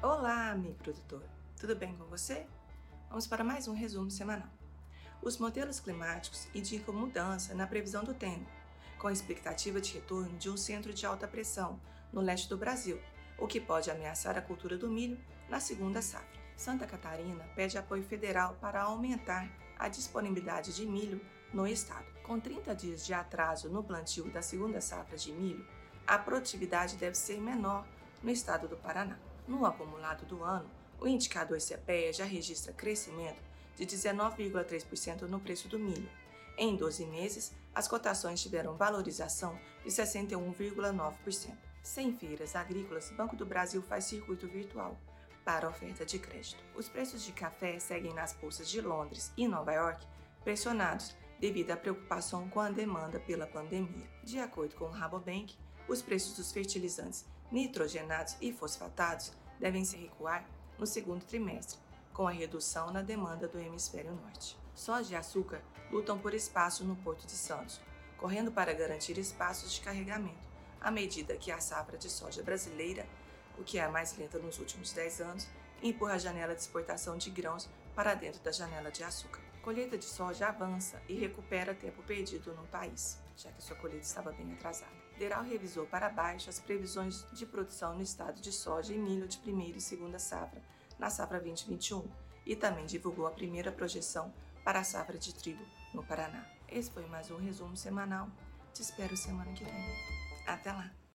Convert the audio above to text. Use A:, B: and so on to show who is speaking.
A: Olá, amigo produtor! Tudo bem com você? Vamos para mais um resumo semanal. Os modelos climáticos indicam mudança na previsão do tempo, com a expectativa de retorno de um centro de alta pressão no leste do Brasil, o que pode ameaçar a cultura do milho na segunda safra. Santa Catarina pede apoio federal para aumentar a disponibilidade de milho no estado. Com 30 dias de atraso no plantio da segunda safra de milho, a produtividade deve ser menor no estado do Paraná. No acumulado do ano, o indicador CPEA já registra crescimento de 19,3% no preço do milho. Em 12 meses, as cotações tiveram valorização de 61,9%. Sem feiras agrícolas, Banco do Brasil faz circuito virtual para oferta de crédito. Os preços de café seguem nas bolsas de Londres e Nova York pressionados devido à preocupação com a demanda pela pandemia. De acordo com o Rabobank, os preços dos fertilizantes nitrogenados e fosfatados devem se recuar no segundo trimestre, com a redução na demanda do hemisfério norte. Soja e açúcar lutam por espaço no Porto de Santos, correndo para garantir espaços de carregamento, à medida que a safra de soja brasileira, o que é a mais lenta nos últimos 10 anos, empurra a janela de exportação de grãos para dentro da janela de açúcar. A colheita de soja avança e recupera tempo perdido no país, já que sua colheita estava bem atrasada. Deral revisou para baixo as previsões de produção no estado de soja e milho de primeira e segunda safra, na safra 2021, e também divulgou a primeira projeção para a safra de trigo no Paraná. Esse foi mais um resumo semanal. Te espero semana que vem. Até lá!